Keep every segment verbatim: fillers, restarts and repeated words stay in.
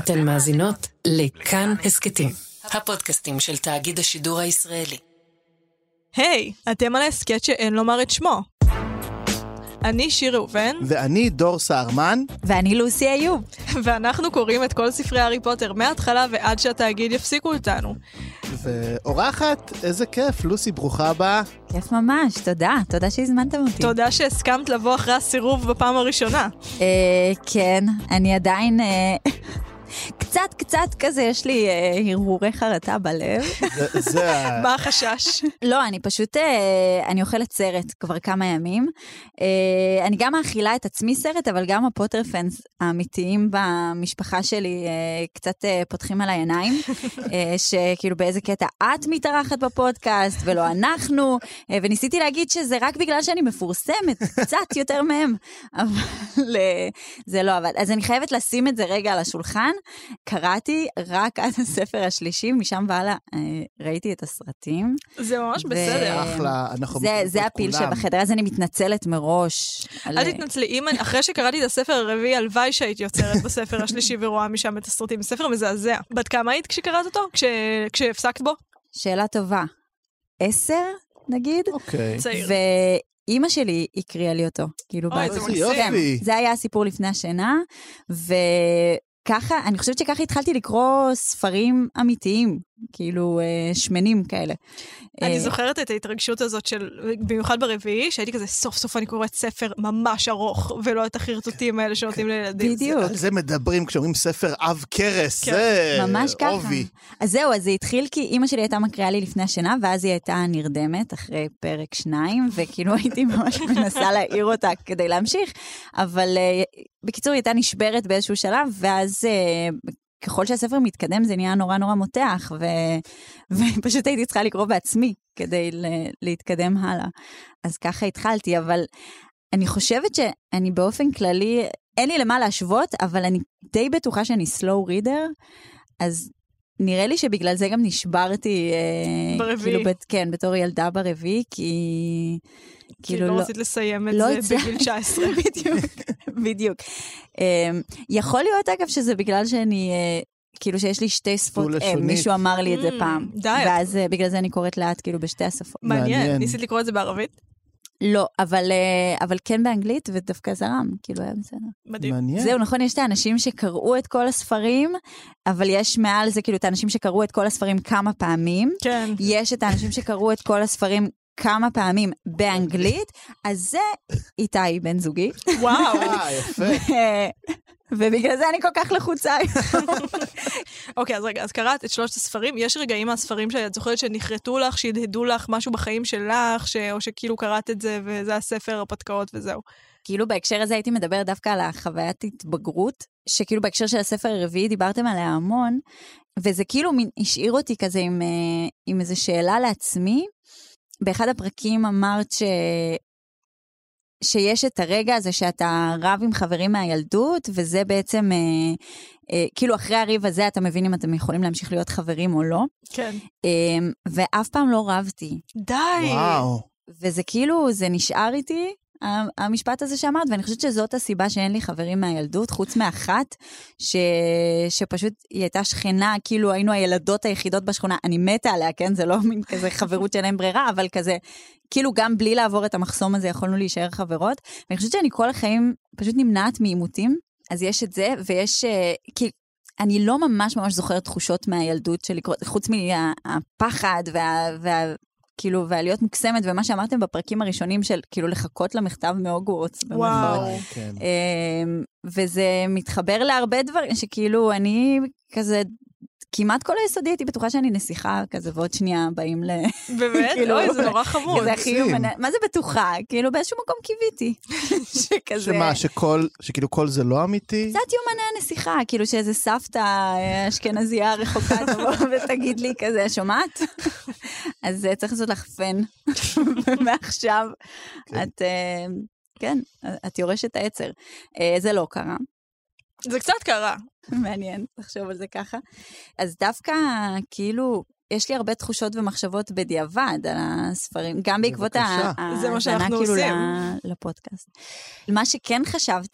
אתן מאזינות לכאן הסקטים, הפודקאסטים של תאגיד השידור הישראלי. היי, hey, אתם על הסקט שאין לומר את שמו. אני שיר ראובן. ואני דור סהרמן. ואני לוסי איוב. ואנחנו קוראים את כל ספרי הארי פוטר מההתחלה ועד שהתאגיד יפסיקו אותנו. ואורחת, איזה כיף, לוסי, ברוכה הבאה. כיף ממש, תודה, תודה שהזמנתם אותי. תודה שהסכמת לבוא אחרי הסירוב בפעם הראשונה. אה, כן, אני עדיין... אה... קצת קצת כזה יש לי הרהורי חרטה בלב. מה החשש? לא, אני פשוט, אני אוכלת סרט כבר כמה ימים. אני גם מאכילה את עצמי סרט, אבל גם הפוטר פנס האמיתיים במשפחה שלי קצת פותחים על העיניים, שכאילו באיזה קטע את מתארחת בפודקאסט ולא אנחנו, וניסיתי להגיד שזה רק בגלל שאני מפורסמת, קצת יותר מהם, אבל זה לא עבד. אז אני חייבת לשים את זה רגע על השולחן. קראתי רק עד הספר השלישי, משם והלאה ראיתי את הסרטים. זה ממש בסדר. אחלה, אנחנו זה, זה הפיל שבחדר, אז אני מתנצלת מראש. אל תתנצלי, אחרי שקראתי את הספר הרביעי, הלוואי שהייתי יוצרת בספר השלישי ורואה משם את הסרטים. ספר מזעזע. בת כמה היית כשקראת אותו? כשהפסקת בו? שאלה טובה. עשר, נגיד? אוקיי. צעיר. אמא שלי הקריאה לי אותו. כאילו, אוי, זה מקסים. זה היה הסיפור לפני השינה, וככה, אני חושבת שככה התחלתי לקרוא ספרים אמיתיים, כאילו שמנים כאלה. אני זוכרת את ההתרגשות הזאת של, במיוחד ברביעי, שהייתי כזה, סוף סוף אני קוראת ספר ממש ארוך, ולא את החרטוטים האלה שנותנים לילדים. בדיוק. על זה מדברים כשאומרים ספר אב קרס, זה ממש ככה. אובי. אז זהו, אז זה התחיל כי אמא שלי הייתה מקריאה לי לפני השינה, ואז היא הייתה נרדמת אחרי פרק שניים, וכאילו הייתי ממש מנסה להעיר אותה כדי להמשיך, אבל בקיצור היא הייתה נשברת באיזשהו שלב, ואז ככל שהספר מתקדם זה נהיה נורא נורא מותח, ו... ופשוט הייתי צריכה לקרוא בעצמי כדי ל... להתקדם הלאה. אז ככה התחלתי, אבל אני חושבת שאני באופן כללי, אין לי למה להשוות, אבל אני די בטוחה שאני slow reader, אז נראה לי שבגלל זה גם נשברתי, ברביעי. כאילו, כן, בתור ילדה ברביעי, כי... כי לא רצית לסיים את זה בגיל תשע עשרה. בדיוק, בדיוק. יכול להיות אגב שזה בגלל שאני, כאילו שיש לי שתי שפות, מישהו אמר לי את זה פעם. די. ואז בגלל זה אני קוראת לאט כאילו בשתי השפות. מעניין, ניסית לקרוא את זה בערבית? לא, אבל, אבל כן באנגלית, ודווקא זרם, כאילו היה בסדר. מדהים. מעניין. זהו, נכון, יש את האנשים שקראו את כל הספרים, אבל יש מעל זה כאילו את האנשים שקראו את כל הספרים כמה פעמים. כן. יש את האנשים שקראו את כל הספרים כמה פעמים באנגלית, אז זה איתי בן זוגי. וואו. יפה. ובגלל זה אני כל כך לחוצה. אוקיי, אז רגע, אז קראת את שלושת הספרים, יש רגעים מהספרים שאת זוכרת שנחרטו לך, שהדהדו לך משהו בחיים שלך, או שכאילו קראת את זה, וזה הספר, הפתקאות וזהו. כאילו בהקשר הזה הייתי מדבר דווקא על החוויית התבגרות, שכאילו בהקשר של הספר הרביעי דיברתם עליה המון, וזה כאילו השאיר אותי כזה עם, עם איזו שאלה לעצמי. באחד הפרקים אמרת ש... שיש את הרגע הזה שאתה רב עם חברים מהילדות, וזה בעצם, אה, אה, כאילו אחרי הריב הזה אתה מבין אם אתם יכולים להמשיך להיות חברים או לא. כן. אה, ואף פעם לא רבתי. די! וואו. וזה כאילו, זה נשאר איתי, המשפט הזה שאמרת, ואני חושבת שזאת הסיבה שאין לי חברים מהילדות, חוץ מאחת, ש... שפשוט היא הייתה שכנה, כאילו היינו הילדות היחידות בשכונה, אני מתה עליה, כן? זה לא מין כזה חברות שאין ברירה, אבל כזה, כאילו גם בלי לעבור את המחסום הזה, יכולנו להישאר חברות, ואני חושבת שאני כל החיים פשוט נמנעת מעימותים, אז יש את זה, ויש, כי אני לא ממש ממש זוכרת תחושות מהילדות שלי, חוץ מהפחד וה... וה... כאילו, ועליות מוקסמת, ומה שאמרתם בפרקים הראשונים של, כאילו, לחכות למכתב מהוגוורטס. וואו. כן. וזה מתחבר להרבה דברים, שכאילו, אני כזה, כמעט כל היסודי הייתי בטוחה שאני נסיכה כזה, ועוד שנייה באים ל... באמת? אוי, זה נורא חמוד. מה זה בטוחה? כאילו, באיזשהו מקום קיוויתי. שכזה... שמה, שכל, שכאילו כל זה לא אמיתי? קצת יומני הנסיכה, כאילו שאיזה סבתא אשכנזייה רחוקה תבוא ותגיד לי כזה, שומעת? אז צריך לעשות לך פן. ומעכשיו את, כן, את יורשת העצר. זה לא קרה. זה קצת קרה. מעניין, תחשוב על זה ככה. אז דווקא, כאילו, יש לי הרבה תחושות ומחשבות בדיעבד על הספרים, גם בעקבות זה מה שאנחנו עושים. לפודקאסט. מה שכן חשבתי,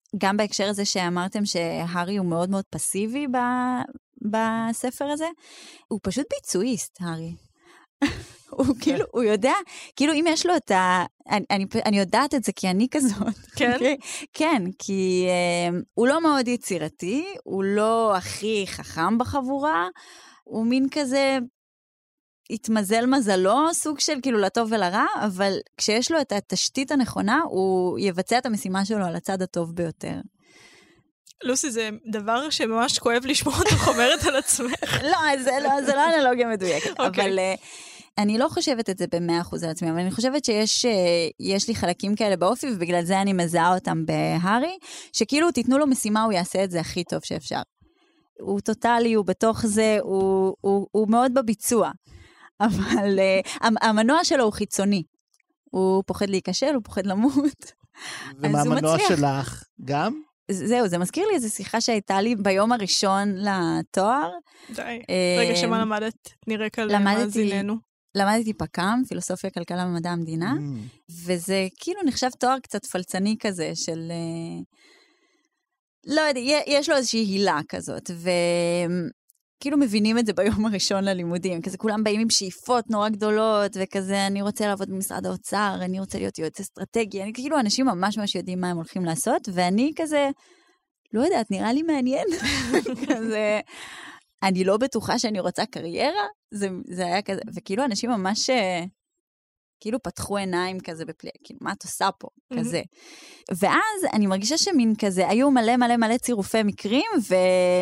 גם בהקשר הזה שאמרתם שהארי הוא מאוד מאוד פסיבי ב, בספר הזה, הוא פשוט ביצועיסט, הארי. הוא כאילו, הוא יודע, כאילו אם יש לו את ה... אני, אני, אני יודעת את זה כי אני כזאת. כן? Okay? כן, כי um, הוא לא מאוד יצירתי, הוא לא הכי חכם בחבורה, הוא מין כזה... התמזל מזלו, סוג של כאילו לטוב ולרע, אבל כשיש לו את התשתית הנכונה, הוא יבצע את המשימה שלו על הצד הטוב ביותר. לוסי, זה דבר שממש כואב לשמוע אותך אומרת על עצמך. לא, זה לא, זה לא אנלוגיה מדויקת, אבל uh, אני לא חושבת את זה במאה אחוז על עצמי, אבל אני חושבת שיש uh, יש לי חלקים כאלה באופי, ובגלל זה אני מזהה אותם בהארי, שכאילו תיתנו לו משימה, הוא יעשה את זה הכי טוב שאפשר. הוא טוטלי, הוא בתוך זה, הוא, הוא, הוא מאוד בביצוע. אבל uh, המנוע שלו הוא חיצוני. הוא פוחד להיכשל, הוא פוחד למות. ומה המנוע שלך? גם? זהו, זה מזכיר לי איזו שיחה שהייתה לי ביום הראשון לתואר. די. רגע, שמה למדת? נראה כאן מאזיננו. למדתי פק"ם, פילוסופיה, כלכלה ומדע המדינה, וזה כאילו נחשב תואר קצת פלצני כזה, של... לא יודע, יש לו איזושהי הילה כזאת, ו... כאילו מבינים את זה ביום הראשון ללימודים, כזה כולם באים עם שאיפות נורא גדולות, וכזה אני רוצה לעבוד במשרד האוצר, אני רוצה להיות יועץ אסטרטגי, אני כאילו אנשים ממש ממש יודעים מה הם הולכים לעשות, ואני כזה, לא יודעת, נראה לי מעניין. כזה, אני לא בטוחה שאני רוצה קריירה, זה, זה היה כזה, וכאילו אנשים ממש, כאילו פתחו עיניים כזה בפלי, כאילו מה את עושה פה, כזה. ואז אני מרגישה שמין כזה, היו מלא מלא מלא צירופי מקרים, ו...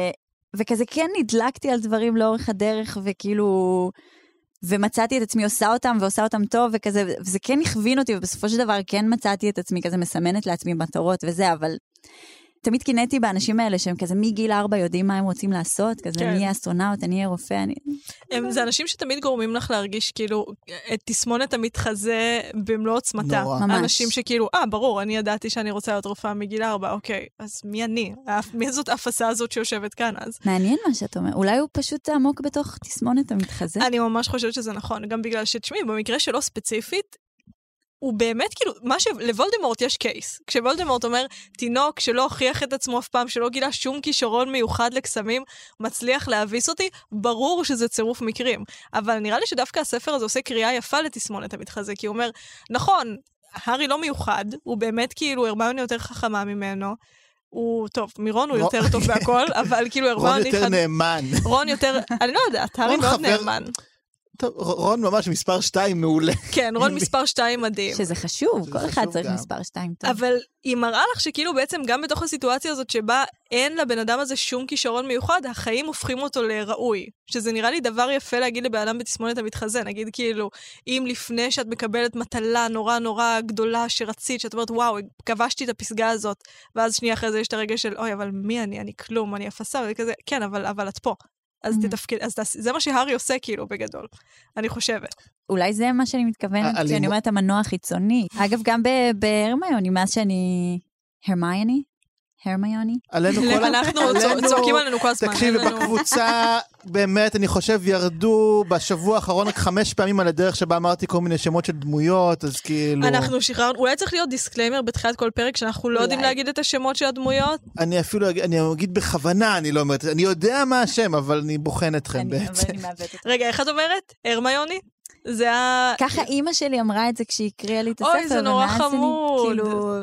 וכזה כן נדלקתי על דברים לאורך הדרך, וכאילו, ומצאתי את עצמי עושה אותם, ועושה אותם טוב, וכזה, וזה כן הכווין אותי, ובסופו של דבר כן מצאתי את עצמי, כזה מסמנת לעצמי מטרות וזה, אבל תמיד קינאתי באנשים האלה, שהם כזה מגיל ארבע יודעים מה הם רוצים לעשות, כזה כן. אני אהיה אסטרונאוט, אני אהיה רופא, אני... הם, זה אנשים שתמיד גורמים לך להרגיש כאילו, את תסמונת המתחזה במלוא עוצמתה. נורא. ממש. אנשים שכאילו, אה, ברור, אני ידעתי שאני רוצה להיות רופאה מגיל ארבע, אוקיי, אז מי אני? מי זאת האפסה הזאת שיושבת כאן אז? מעניין מה שאת אומר, אולי הוא פשוט עמוק בתוך תסמונת המתחזה? אני ממש חושבת שזה נכון, גם בגלל שתשמעי, במקרה שלו ספציפית, הוא באמת כאילו, מה שלוולדמורט יש קייס. כשוולדמורט אומר, תינוק שלא הוכיח את עצמו אף פעם, שלא גילה שום כישרון מיוחד לקסמים, מצליח להביס אותי, ברור שזה צירוף מקרים. אבל נראה לי שדווקא הספר הזה עושה קריאה יפה לתסמונת המתחזה, כי הוא אומר, נכון, הארי לא מיוחד, הוא באמת כאילו, הרמיוני יותר חכמה ממנו, הוא, טוב, מירון הוא יותר טוב בהכל, אבל כאילו הרמיוני... רון יותר נאמן. רון יותר, אני לא יודעת, הארי מאוד נאמן. טוב, רון ממש מספר שתיים מעולה. כן, רון מספר שתיים מדהים. שזה חשוב, כל אחד צריך מספר שתיים טוב. אבל היא מראה לך שכאילו בעצם גם בתוך הסיטואציה הזאת שבה אין לבן אדם הזה שום כישרון מיוחד, החיים הופכים אותו לראוי. שזה נראה לי דבר יפה להגיד לבן אדם בתסמונת המתחזה. נגיד כאילו, אם לפני שאת מקבלת מטלה נורא נורא גדולה שרצית, שאת אומרת, וואו, כבשתי את הפסגה הזאת, ואז שנייה אחרי זה יש את הרגע של, אוי, אבל מי אני? אני כלום, אני אפסה, וכזה, כן, אבל, אבל את פה. אז תתפקד, אז זה מה שהארי עושה כאילו בגדול, אני חושבת. אולי זה מה שאני מתכוונת, כשאני אומרת המנוע החיצוני. אגב, גם בהרמיוני, מאז שאני... הרמיוני? הרמיוני? אנחנו צועקים עלינו כל הזמן. תקשיבי, בקבוצה, באמת, אני חושב, ירדו בשבוע האחרון רק חמש פעמים על הדרך שבה אמרתי כל מיני שמות של דמויות, אז כאילו... אנחנו שחררנו, אולי צריך להיות דיסקליימר בתחילת כל פרק, שאנחנו לא יודעים להגיד את השמות של הדמויות? אני אפילו, אני אגיד בכוונה, אני לא אומרת, אני יודע מה השם, אבל אני בוחן אתכם בעצם. רגע, איך את אומרת? הרמיוני? זה ה... ככה אימא שלי אמרה את זה כשהיא הקריאה לי את הספר. אוי, זה נורא חמוד.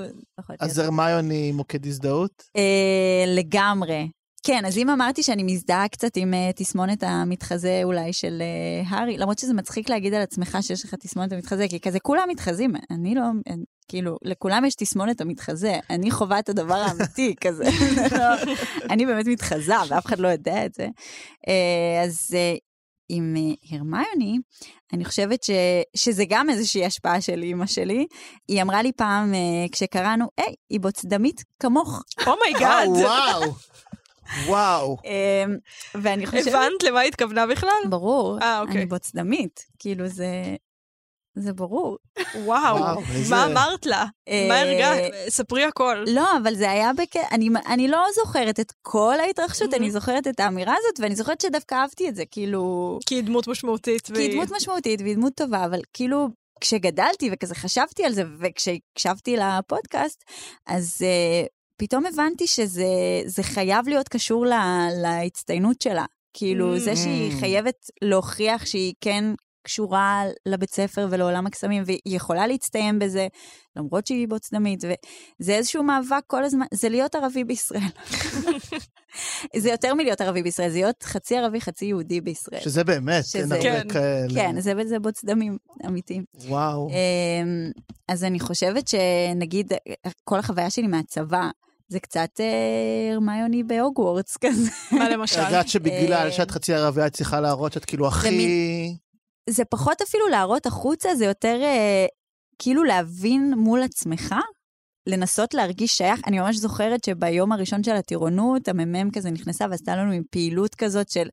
אז הרמיוני מוקד הזדהות? לגמרי. כן, אז אם אמרתי שאני מזדהה קצת עם תסמונת המתחזה אולי של הארי, למרות שזה מצחיק להגיד על עצמך שיש לך תסמונת המתחזה, כי כזה כולם מתחזים, אני לא, כאילו, לכולם יש תסמונת המתחזה, אני חווה את הדבר האמיתי כזה, אני באמת מתחזה, ואף אחד לא יודע את זה. אז עם הרמיוני, אני חושבת ש, שזה גם איזושהי השפעה של אמא שלי. היא אמרה לי פעם, כשקראנו, היי, היא בוצדמית כמוך. אומייגאד. וואו. וואו. ואני חושבת... הבנת למה היא התכוונה בכלל? ברור. אני בוצדמית. כאילו זה... זה ברור. וואו, מה אמרת לה? מה הרגעת? ספרי הכל. לא, אבל זה היה בק... אני לא זוכרת את כל ההתרחשות, אני זוכרת את האמירה הזאת, ואני זוכרת שדווקא אהבתי את זה, כאילו... כי היא דמות משמעותית. כי היא דמות משמעותית, והיא דמות טובה, אבל כאילו, כשגדלתי וכזה חשבתי על זה, וכשהקשבתי לפודקאסט, אז פתאום הבנתי שזה זה חייב להיות קשור לה, להצטיינות שלה. כאילו, זה שהיא חייבת להוכיח שהיא כן קשורה לבית ספר ולעולם הקסמים, והיא יכולה להצטיין בזה, למרות שהיא בוצדמית, וזה איזשהו מאבק כל הזמן, זה להיות ערבי בישראל. זה יותר מלהיות ערבי בישראל, זה להיות חצי ערבי, חצי יהודי בישראל. שזה באמת, שזה, אין הרבה כאלה. כן, זה, זה בוצדמים אמיתיים. וואו. אז אני חושבת שנגיד, כל החוויה שלי מהצבא, זה קצת הרמיוני בהוגוורטס כזה. מה למשל? הרגעת שבגלל שאת חצי ערבייה צריכה להראות שאת כאילו הכי... זה פחות אפילו להראות החוצה, זה יותר כאילו להבין מול עצמך, לנסות להרגיש שייך. אני ממש זוכרת שביום הראשון של הטירונות, הממם כזה נכנסה ועשתה לנו עם פעילות כזאת של,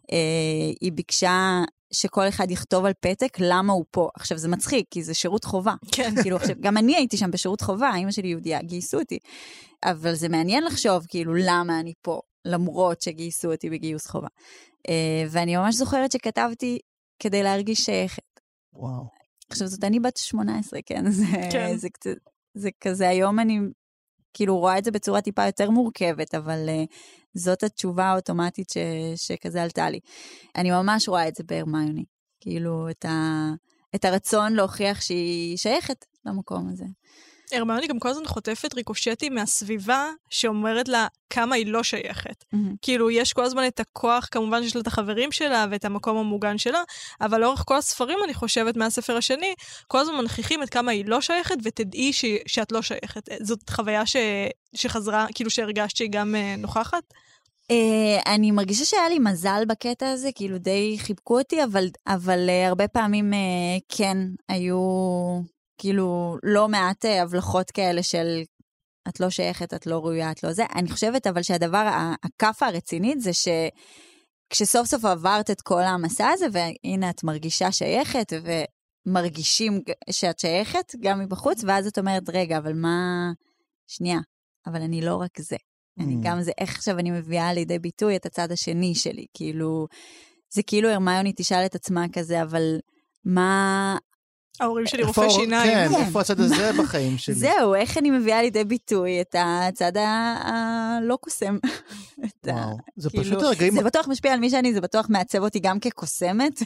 היא ביקשה שכל אחד יכתוב על פתק למה הוא פה. עכשיו זה מצחיק, כי זה שירות חובה. כן. כאילו עכשיו, גם אני הייתי שם בשירות חובה, אמא שלי יהודיה, גייסו אותי. אבל זה מעניין לחשוב, כאילו, למה אני פה, למרות שגייסו אותי בגיוס חובה. ואני ממש זוכרת שכתבתי כדי להרגיש שייכת. וואו. עכשיו זאת אני בת שמונה עשרה, כן? זה, כן. זה, זה, זה כזה, היום אני כאילו רואה את זה בצורה טיפה יותר מורכבת, אבל uh, זאת התשובה האוטומטית ש, שכזה עלתה לי. אני ממש רואה את זה בהרמיוני. כאילו, את, ה, את הרצון להוכיח שהיא שייכת למקום הזה. הרמיוני גם כל הזמן חוטפת ריקושטים מהסביבה שאומרת לה כמה היא לא שייכת. Mm-hmm. כאילו, יש כל הזמן את הכוח, כמובן שיש לה את החברים שלה ואת המקום המוגן שלה, אבל לאורך כל הספרים, אני חושבת, מהספר השני, כל הזמן מנכיחים את כמה היא לא שייכת, ותדעי ש... שאת לא שייכת. זאת חוויה ש... שחזרה, כאילו שהרגשת שהיא גם uh, נוכחת? Uh, אני מרגישה שהיה לי מזל בקטע הזה, כאילו די חיבקו אותי, אבל, אבל uh, הרבה פעמים uh, כן היו... כאילו, לא מעט הבלחות כאלה של את לא שייכת, את לא ראויה, את לא זה. אני חושבת אבל שהדבר, הכף הרצינית זה שכשסוף סוף עברת את כל המסע הזה, והנה את מרגישה שייכת, ומרגישים שאת שייכת גם מבחוץ, ואז את אומרת, רגע, אבל מה... שנייה, אבל אני לא רק זה. אני גם זה, איך עכשיו אני מביאה לידי ביטוי את הצד השני שלי. כאילו, זה כאילו הרמיוני תשאל את עצמה כזה, אבל מה... ההורים שלי רופא שיניים. כן, איפה הצד הזה בחיים שלי? זהו, איך אני מביאה לידי ביטוי את הצד הלא קוסם. וואו, זה פשוט הרגעים... זה בטוח משפיע על מי שאני, זה בטוח מעצב אותי גם כקוסמת,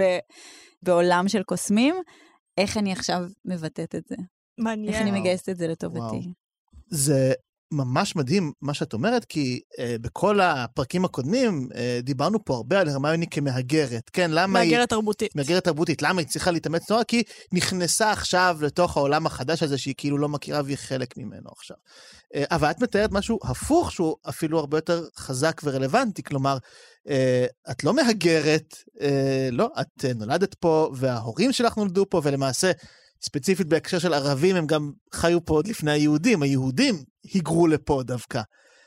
בעולם של קוסמים. איך אני עכשיו מבטאת את זה? מעניין. איך אני מגייסת את זה לטובתי? זה... ממש מדהים מה שאת אומרת, כי uh, בכל הפרקים הקודמים uh, דיברנו פה הרבה על הרמיוני כמהגרת, כן? למה מהגרת היא... תרבותית. מהגרת תרבותית. למה היא צריכה להתאמץ נורא? כי נכנסה עכשיו לתוך העולם החדש הזה, שהיא כאילו לא מכירה והיא חלק ממנו עכשיו. Uh, אבל את מתארת משהו הפוך, שהוא אפילו הרבה יותר חזק ורלוונטי, כלומר, uh, את לא מהגרת, uh, לא, את uh, נולדת פה, וההורים שלך נולדו פה, ולמעשה... ספציפית בהקשר של ערבים, הם גם חיו פה עוד לפני היהודים, היהודים היגרו לפה דווקא.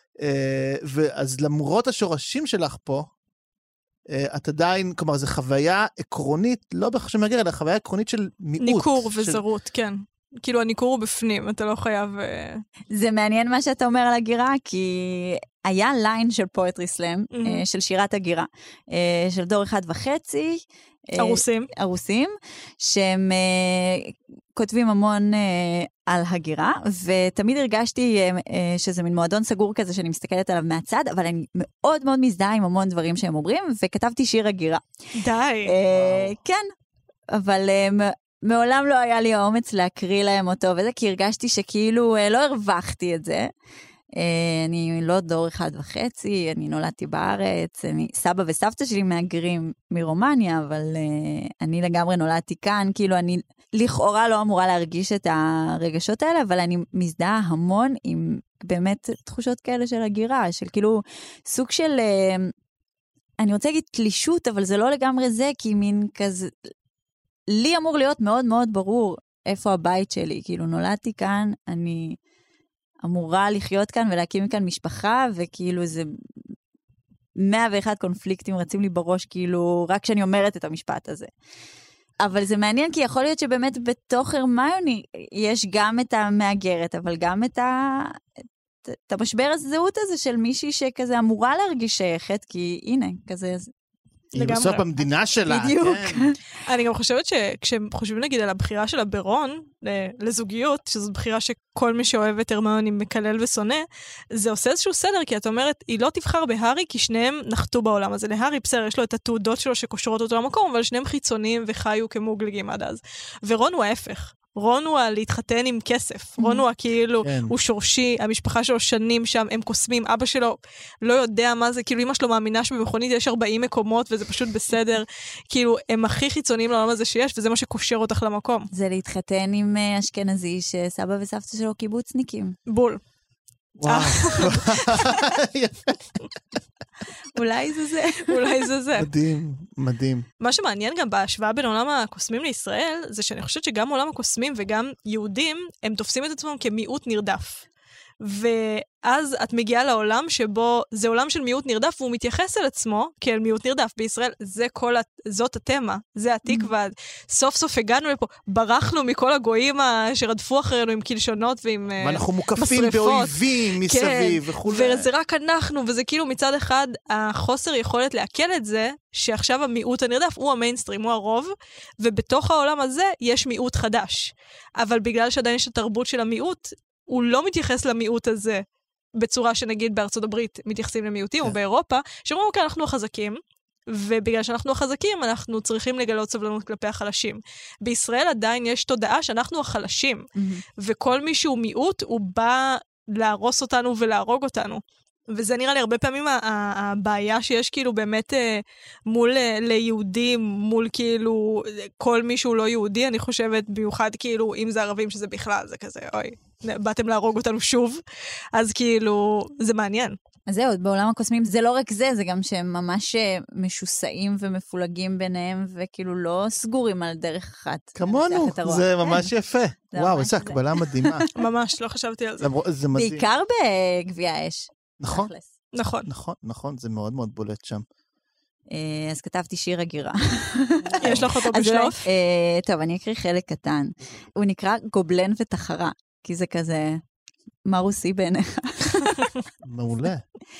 ואז למרות השורשים שלך פה, את עדיין, כלומר, זו חוויה עקרונית, לא בכך שמגיע, אלא חוויה עקרונית של מיעוט. ניכור וזרות, של... כן. כאילו, הניכור הוא בפנים, אתה לא חייב... זה מעניין מה שאתה אומר על הגירה, כי היה ליין של פואטרי סלאם, mm-hmm. של שירת הגירה, של דור אחד וחצי, ארוסים. ארוסים, שהם uh, כותבים המון uh, על הגירה, ותמיד הרגשתי uh, שזה מין מועדון סגור כזה שאני מסתכלת עליו מהצד, אבל אני מאוד מאוד מזדהה עם המון דברים שהם אומרים, וכתבתי שיר הגירה. די. Uh, כן, אבל uh, מעולם לא היה לי האומץ להקריא להם אותו, וזה כי הרגשתי שכאילו uh, לא הרווחתי את זה. Uh, אני לא דור אחד וחצי, אני נולדתי בארץ, אני, סבא וסבתא שלי מהגרים מרומניה, אבל uh, אני לגמרי נולדתי כאן, כאילו אני לכאורה לא אמורה להרגיש את הרגשות האלה, אבל אני מזדהה המון עם באמת תחושות כאלה של הגירה, של כאילו סוג של, uh, אני רוצה להגיד תלישות, אבל זה לא לגמרי זה, כי מין כזה, לי אמור להיות מאוד מאוד ברור איפה הבית שלי, כאילו נולדתי כאן, אני... אמורה לחיות כאן ולהקים כאן משפחה, וכאילו זה מאה ואחד קונפליקטים רצים לי בראש, כאילו רק כשאני אומרת את המשפט הזה. אבל זה מעניין, כי יכול להיות שבאמת בתוך הרמיוני יש גם את המאגרת, אבל גם את, ה... את המשבר הזהות הזה של מישהי שכזה אמורה להרגיש שייכת, כי הנה, כזה היא בסוף במדינה שלה. בדיוק. כן. אני גם חושבת שכשהם חושבים נגיד על הבחירה של הברון לזוגיות, שזו בחירה שכל מי שאוהב את הרמיוני מקלל ושונא, זה עושה איזשהו סדר, כי את אומרת, היא לא תבחר בהארי, כי שניהם נחתו בעולם הזה. להארי בסדר, יש לו את התעודות שלו שקושרות אותו למקום, אבל שניהם חיצוניים וחיו כמוגלגים עד אז. ורון הוא ההפך. רון הוא להתחתן עם כסף. רון הוא כאילו, כן. הוא שורשי, המשפחה שלו שנים שם, הם קוסמים, אבא שלו לא יודע מה זה, כאילו אמא שלו מאמינה שבמכונית יש ארבעים מקומות, וזה פשוט בסדר. כאילו, הם הכי חיצוניים לעולם הזה שיש, וזה מה שקושר אותך למקום. זה להתחתן עם uh, אשכנזי שסבא וסבתא שלו קיבוצניקים. בול. וואו. אולי זה זה. אולי זה זה. מדהים, מדהים. מה שמעניין גם בהשוואה בין עולם הקוסמים לישראל, זה שאני חושבת שגם עולם הקוסמים וגם יהודים, הם תופסים את עצמם כמיעוט נרדף. ואז את מגיעה לעולם שבו זה עולם של מיעוט נרדף, והוא מתייחס אל עצמו כאל מיעוט נרדף. בישראל זה כל, זאת התמה, זה התקווה. סוף סוף הגענו לפה, ברחנו מכל הגויים שרדפו אחרינו עם קלשונות ועם משרפות. ואנחנו מוקפים באויבים מסביב וכו'. וזה רק אנחנו, וזה כאילו מצד אחד החוסר יכולת להקל את זה, שעכשיו המיעוט הנרדף הוא המיינסטרים, הוא הרוב, ובתוך העולם הזה יש מיעוט חדש. אבל בגלל שעדיין יש התרבות של המיעוט, הוא לא מתייחס למיעוט הזה בצורה שנגיד בארצות הברית מתייחסים למיעוטים, או באירופה, שאומרים, אוקיי, אנחנו החזקים, ובגלל שאנחנו החזקים, אנחנו צריכים לגלות סבלנות כלפי החלשים. בישראל עדיין יש תודעה שאנחנו החלשים, וכל מי שהוא מיעוט, הוא בא להרוס אותנו ולהרוג אותנו. וזה נראה לי הרבה פעמים הבעיה שיש כאילו באמת מול ליהודים, מול כאילו כל מי שהוא לא יהודי, אני חושבת ביוחד כאילו אם זה ערבים שזה בכלל, זה כזה, אוי, באתם להרוג אותנו שוב, אז כאילו זה מעניין. אז זהו, בעולם הקוסמים זה לא רק זה, זה גם שהם ממש משוסעים ומפולגים ביניהם, וכאילו לא סגורים על דרך אחת. כמונו, זה ממש יפה. וואו, איזה הקבלה מדהימה. ממש, לא חשבתי על זה. בעיקר בגביע האש. נכון, נכון. נכון, נכון, זה מאוד מאוד בולט שם. אז כתבתי שיר הגירה. יש לך אותו בשלוף? טוב, אני אקריא חלק קטן. הוא נקרא גובלן ותחרה, כי זה כזה, מה רוסי בעיניך? מעולה.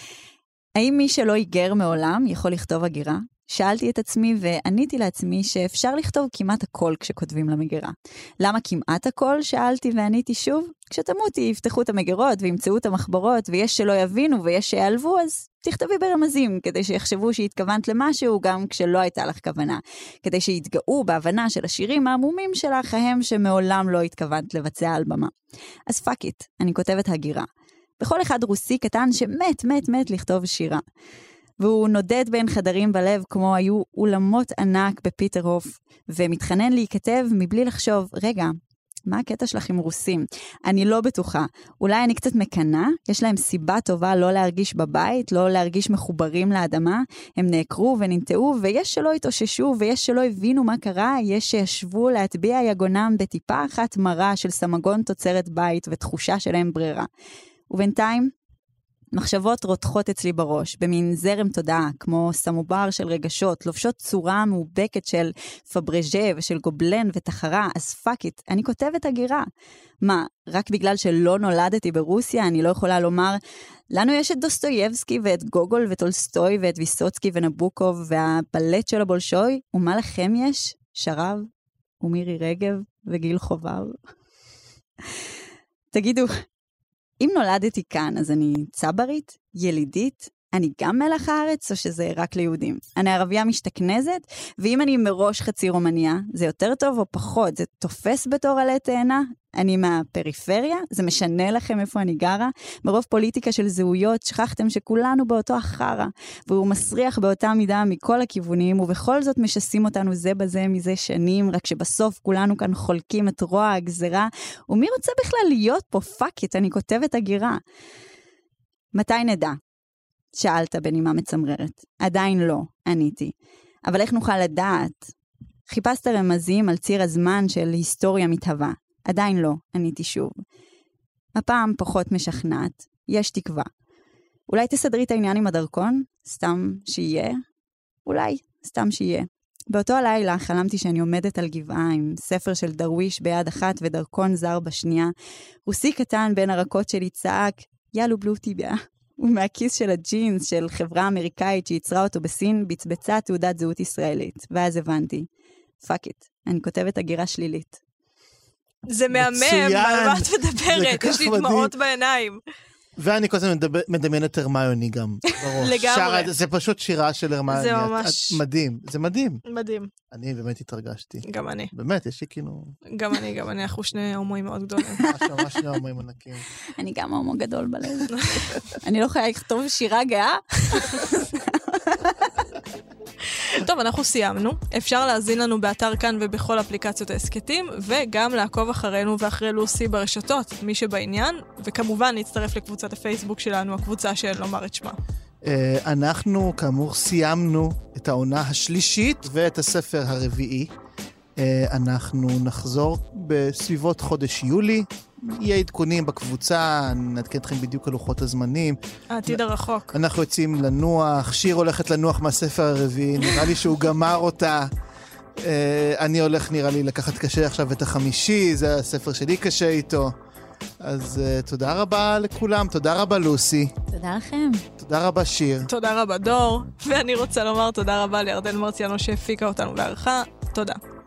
האם מי שלא היגר מעולם יכול לכתוב הגירה? שאלתי את עצמי ועניתי לעצמי שאפשר לכתוב כמעט הכל כשכותבים למגירה. למה כמעט הכל? שאלתי ועניתי שוב. כשתמותי יפתחו את המגירות וימצאו את המחברות ויש שלא יבינו ויש שיעלבו, אז תכתבי ברמזים כדי שיחשבו שהתכוונת למשהו גם כשלא הייתה לך כוונה. כדי שיתגאו בהבנה של השירים העמומים שלך ההם שמעולם לא התכוונת לבצע על במה. אז פאק איט, אני כותבת הגירה. בכל אחד רוסי קטן שמת מת מת לכתוב שירה. והוא נודד בין חדרים בלב כמו היו אולמות ענק בפיטרהוף, ומתחנן להיכתב מבלי לחשוב, רגע, מה הקטע שלך עם רוסים? אני לא בטוחה. אולי אני קצת מקנה, יש להם סיבה טובה לא להרגיש בבית, לא להרגיש מחוברים לאדמה, הם נעקרו וננטעו, ויש שלא התאוששו, ויש שלא הבינו מה קרה, יש שישבו להטביע יגונם בטיפה אחת מרה של סמגון תוצרת בית, ותחושה שלהם ברירה. ובינתיים, מחשבות רותחות אצלי בראש, במין זרם תודעה, כמו סמובר של רגשות, לובשות צורה מאובקת של פברז'ה ושל גובלן ותחרה, אז פאק איט, אני כותבת הגירה. מה, רק בגלל שלא נולדתי ברוסיה, אני לא יכולה לומר, לנו יש את דוסטויבסקי ואת גוגול וטולסטוי ואת ויסוצקי ונבוקוב והבלט של הבולשוי, ומה לכם יש? שרב ומירי רגב וגיל חובר. תגידו, אם נולדתי כאן, אז אני צברית, ילידית, אני גם מלח הארץ, או שזה רק ליהודים? אני ערבייה משתכנזת, ואם אני מראש חצי רומניה, זה יותר טוב או פחות? זה תופס בתור עלי תאנה? אני מהפריפריה? זה משנה לכם איפה אני גרה? מרוב פוליטיקה של זהויות, שכחתם שכולנו באותו החרה, והוא מסריח באותה מידה מכל הכיוונים, ובכל זאת משסים אותנו זה בזה מזה שנים, רק שבסוף כולנו כאן חולקים את רוע הגזרה, ומי רוצה בכלל להיות פה? פאק-איט, אני כותבת הגירה. מתי נדע? שאלת בנימה מצמררת. עדיין לא, עניתי. אבל איך נוכל לדעת? חיפשת רמזים על ציר הזמן של היסטוריה מתהווה. עדיין לא, עניתי שוב. הפעם פחות משכנעת. יש תקווה. אולי תסדרי את העניין עם הדרכון? סתם שיהיה? אולי, סתם שיהיה. באותו הלילה חלמתי שאני עומדת על גבעה עם ספר של דרוויש ביד אחת ודרכון זר בשנייה. רוסי קטן בין הרכות שלי צעק, יאלו בלו טיביה. ומהכיס של הג'ינס של חברה אמריקאית שיצרה אותו בסין, בצבצה תעודת זהות ישראלית. ואז הבנתי, פאק איט, אני כותבת הגירה שלילית. זה מהמם, על מה את מדברת? יש לי דמעות בעיניים. ואני כל הזמן מדמיין את הרמיוני גם, בראש. לגמרי. זה פשוט שירה של הרמיוני. זה ממש... מדהים, זה מדהים. מדהים. אני באמת התרגשתי. גם אני. באמת, יש לי כאילו... גם אני, גם אני, אנחנו שני הומואים מאוד גדולים. ממש ממש שני הומואים ענקים. אני גם הומו גדול בלב. אני לא יכולה לכתוב שירה גאה. טוב, אנחנו סיימנו. אפשר להזין לנו באתר כאן ובכל אפליקציות העסקתים, וגם לעקוב אחרינו ואחרי לוסי ברשתות, מי שבעניין, וכמובן להצטרף לקבוצת הפייסבוק שלנו, הקבוצה של לומר את שמה. אנחנו, כאמור, סיימנו את העונה השלישית ואת הספר הרביעי. אנחנו נחזור בסביבות חודש יולי. יהיה עדכונים בקבוצה, נעדכן אתכם בדיוק על לוחות הזמנים. העתיד הרחוק. אנחנו יוצאים לנוח, שיר הולכת לנוח מהספר הרביעי, נראה לי שהוא גמר אותה. אני הולך, נראה לי, לקחת קשה עכשיו את החמישי, זה הספר שלי קשה איתו. אז תודה רבה לכולם, תודה רבה לוסי. תודה לכם. תודה רבה שיר. תודה רבה דור, ואני רוצה לומר תודה רבה לירדן מרציאנו שהפיקה אותנו בערכה. תודה.